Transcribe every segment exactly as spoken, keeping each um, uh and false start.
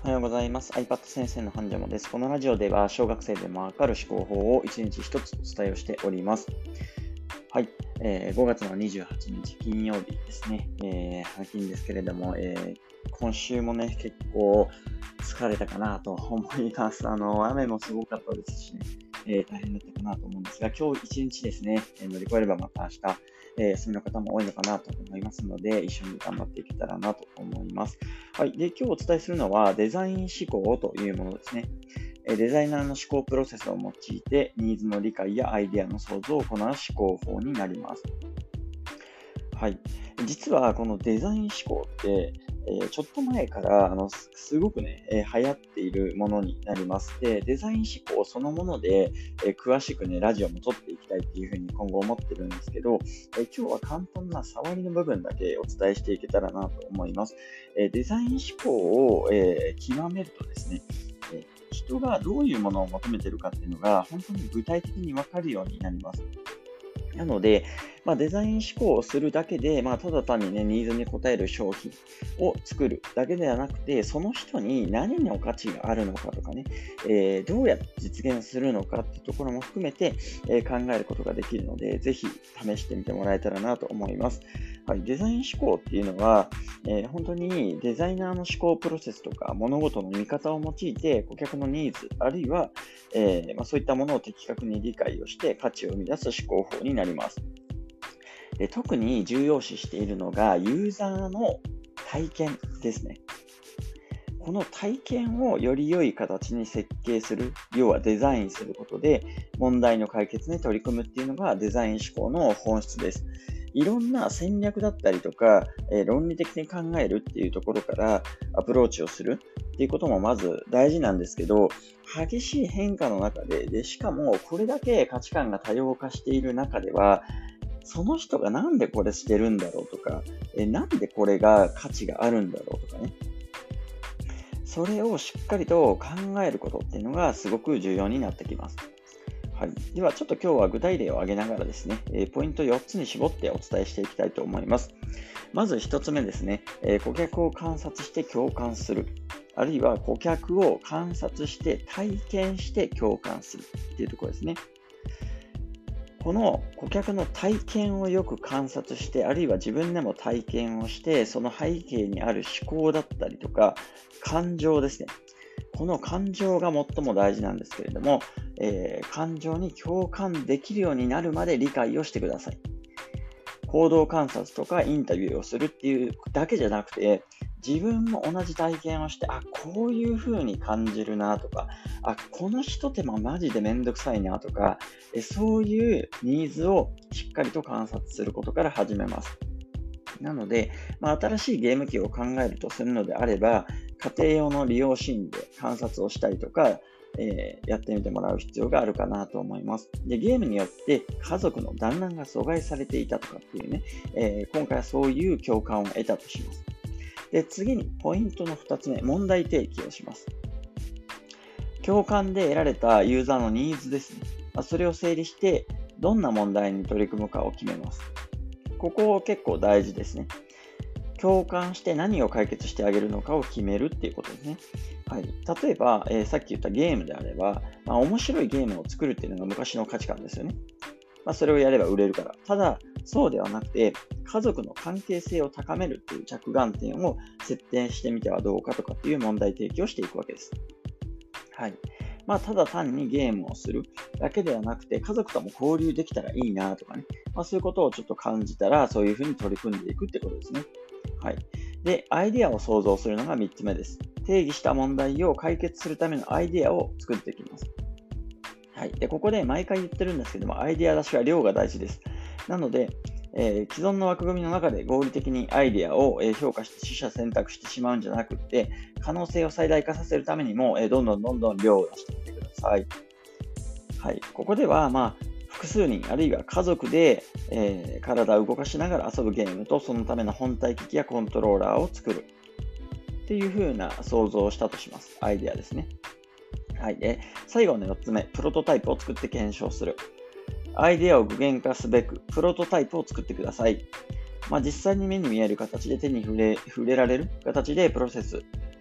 はようございます。iPad 先生のハンジャモです。このラジオでは小学生でもわかる思考法をいちにちひとつお伝えをしております。はい、えー、ごがつのにじゅうはちにち金曜日ですね。えー、最近ですけれども、えー、今週もね、結構疲れたかなと思います。あの、雨もすごかったですしね、えー、大変だったかなと思うんですが、今日一日ですね、えー、乗り越えればまた明日、えー、休みの方も多いのかなと思いますので、一緒に頑張っていけたらなと思います。はい。で、今日お伝えするのはデザイン思考というものですね。デザイナーの思考プロセスを用いて、ニーズの理解やアイデアの創造を行う思考法になります。はい。実はこのデザイン思考って、えー、ちょっと前からあのすごくね、えー、流行っているものになります。で、デザイン思考そのもので、えー、詳しくね、ラジオも撮っていきたいっていうふうに今後思ってるんですけど、えー、今日は簡単な触りの部分だけお伝えしていけたらなと思います。えー、デザイン思考を、えー、極めるとですね、えー、人がどういうものを求めているかっていうのが本当に具体的に分かるようになります。なので、まあ、デザイン思考をするだけで、まあ、ただ単にね、ニーズに応える商品を作るだけではなくて、その人に何の価値があるのかとかね、えー、どうやって実現するのかっていうところも含めて、えー、考えることができるので、ぜひ試してみてもらえたらなと思います。はい、デザイン思考っていうのは、えー、本当にデザイナーの思考プロセスとか物事の見方を用いて顧客のニーズ、あるいは、えーまあ、そういったものを的確に理解をして価値を生み出す思考法になります。で、特に重要視しているのがユーザーの体験ですね。この体験をより良い形に設計する、要はデザインすることで問題の解決に取り組むっていうのがデザイン思考の本質です。いろんな戦略だったりとか、えー、論理的に考えるっていうところからアプローチをするっていうこともまず大事なんですけど、激しい変化の中で、でしかもこれだけ価値観が多様化している中では、その人がなんでこれしてるんだろうとか、えなんでこれが価値があるんだろうとかね。それをしっかりと考えることっていうのがすごく重要になってきます。はい。ではちょっと今日は具体例を挙げながらですね、えポイントよっつに絞ってお伝えしていきたいと思います。まずひとつめですね、え顧客を観察して共感する。あるいは顧客を観察して体験して共感するっていうところですね。この顧客の体験をよく観察して、あるいは自分でも体験をして、その背景にある思考だったりとか、感情ですね。この感情が最も大事なんですけれども、えー、感情に共感できるようになるまで理解をしてください。行動観察とかインタビューをするっていうだけじゃなくて、自分も同じ体験をして、あ、こういう風に感じるなとか、あ、この一手間マジでめんどくさいなとか、そういうニーズをしっかりと観察することから始めます。なので、まあ、新しいゲーム機を考えるとするのであれば、家庭用の利用シーンで観察をしたりとか、えー、やってみてもらう必要があるかなと思います。で、ゲームによって家族の団らんが阻害されていたとかっていうね、えー、今回はそういう共感を得たとします。で、次にポイントのふたつめ、問題提起をします。共感で得られたユーザーのニーズですね。まあ、それを整理して、どんな問題に取り組むかを決めます。ここ結構大事ですね。共感して何を解決してあげるのかを決めるっていうことですね。はい、例えば、えー、さっき言ったゲームであれば、まあ、面白いゲームを作るっていうのが昔の価値観ですよね。まあ、それをやれば売れるから。ただ、そうではなくて、家族の関係性を高めるっていう着眼点を設定してみてはどうかとかっていう問題提起をしていくわけです。はい。まあ、ただ単にゲームをするだけではなくて、家族とも交流できたらいいなとかね。まあ、そういうことをちょっと感じたら、そういうふうに取り組んでいくってことですね。はい。で、アイデアを創造するのがみっつめです。定義した問題を解決するためのアイデアを作っていきます。はい。で、ここで毎回言ってるんですけども、アイデア出しは量が大事です。なので、えー、既存の枠組みの中で合理的にアイデアを、えー、評価して取捨選択してしまうんじゃなくって、可能性を最大化させるためにも、えー、どんどんどんどん量を出してみてください。はい。ここでは、まあ、複数人、あるいは家族で、えー、体を動かしながら遊ぶゲームと、そのための本体機器やコントローラーを作るっていう風な想像をしたとします。アイデアですね。はい。で、最後のよっつめ、プロトタイプを作って検証する。アイデアを具現化すべく、プロトタイプを作ってください。まあ、実際に目に見える形で手に触れ、触れられる形でプロセス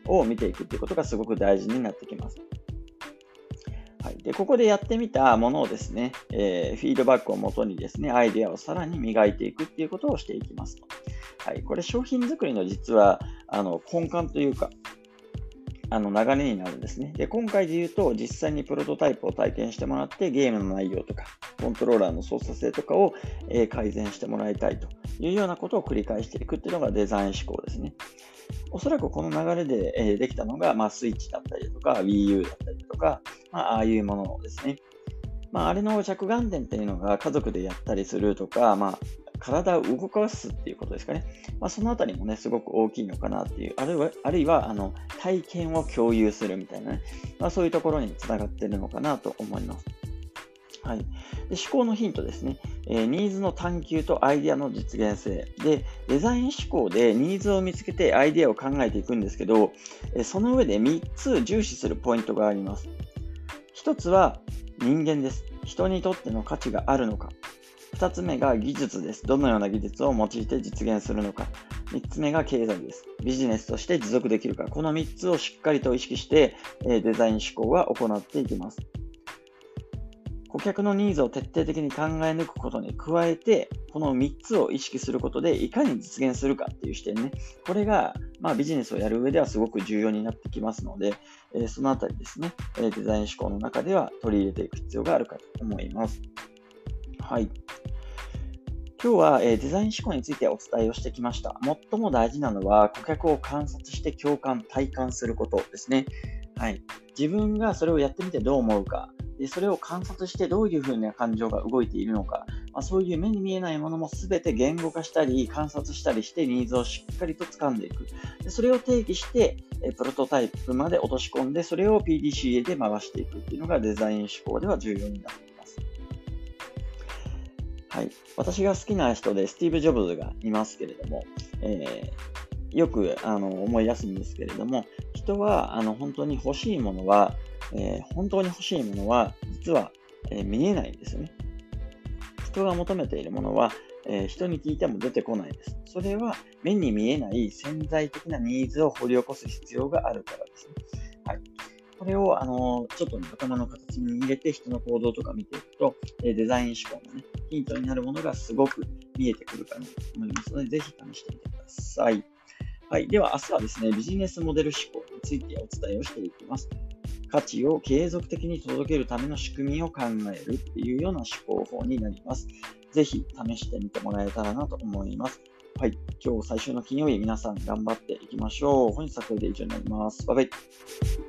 を見ていくということがすごく大事になってきます。はい、でここでやってみたものをですね、えー、フィードバックをもとにですね、アイデアをさらに磨いていくっていうことをしていきますと。はい、これ商品作りの実はあの根幹というか、あの流れになるんですね。で、今回で言うと、実際にプロトタイプを体験してもらって、ゲームの内容とか、コントローラーの操作性とかを、えー、改善してもらいたいというようなことを繰り返していくっていうのがデザイン思考ですね。おそらくこの流れで、えー、できたのが、まあ、スイッチだったりとか、WiiU だったりとか、まあ、ああいうものですね。まあ、あれの着眼点っていうのが家族でやったりするとか、まあ、体を動かすっていうことですかね。まあ、そのあたりもね、すごく大きいのかなっていう、あるいは、あるいはあの体験を共有するみたいなね、まあ、そういうところにつながっているのかなと思います。はい、で思考のヒントですね、えー、ニーズの探求とアイデアの実現性で、デザイン思考でニーズを見つけてアイデアを考えていくんですけど、えー、その上でみっつ重視するポイントがあります。ひとつは人間です。人にとっての価値があるのか。ふたつめが技術です。どのような技術を用いて実現するのか。みっつめが経済です。ビジネスとして持続できるか。このみっつをしっかりと意識して、えー、デザイン思考は行っていきます。顧客のニーズを徹底的に考え抜くことに加えて、このみっつを意識することでいかに実現するかっていう視点ね。これが、まあ、ビジネスをやる上ではすごく重要になってきますので、えー、そのあたりですね、えー、デザイン思考の中では取り入れていく必要があるかと思います。はい。今日は、えー、デザイン思考についてお伝えをしてきました。最も大事なのは顧客を観察して共感、体感することですね。はい。自分がそれをやってみてどう思うか。でそれを観察してどういうふうな感情が動いているのか、まあ、そういう目に見えないものも全て言語化したり観察したりしてニーズをしっかりと掴んでいく。でそれを定義してえプロトタイプまで落とし込んでそれを ピーディーシーエー で回していくっていうのがデザイン思考では重要になっています。はい、私が好きな人でスティーブ・ジョブズがいますけれども、えー、よくあの思い出すんですけれども、人はあの本当に欲しいものはえー、本当に欲しいものは実は、えー、見えないんですよね。人が求めているものは、えー、人に聞いても出てこないです。それは目に見えない潜在的なニーズを掘り起こす必要があるからですね。はい、これを、あのー、ちょっと、ね、頭の形に入れて人の行動とか見ていくと、えー、デザイン思考の、ね、ヒントになるものがすごく見えてくるかなと思いますので、ぜひ試してみてください。はい、では明日はですね、ビジネスモデル思考についてお伝えをしていきます。価値を継続的に届けるための仕組みを考えるっていうような思考法になります。ぜひ試してみてもらえたらなと思います。はい、今日最終の金曜日、皆さん頑張っていきましょう。本日はこれで以上になります。バイバイ。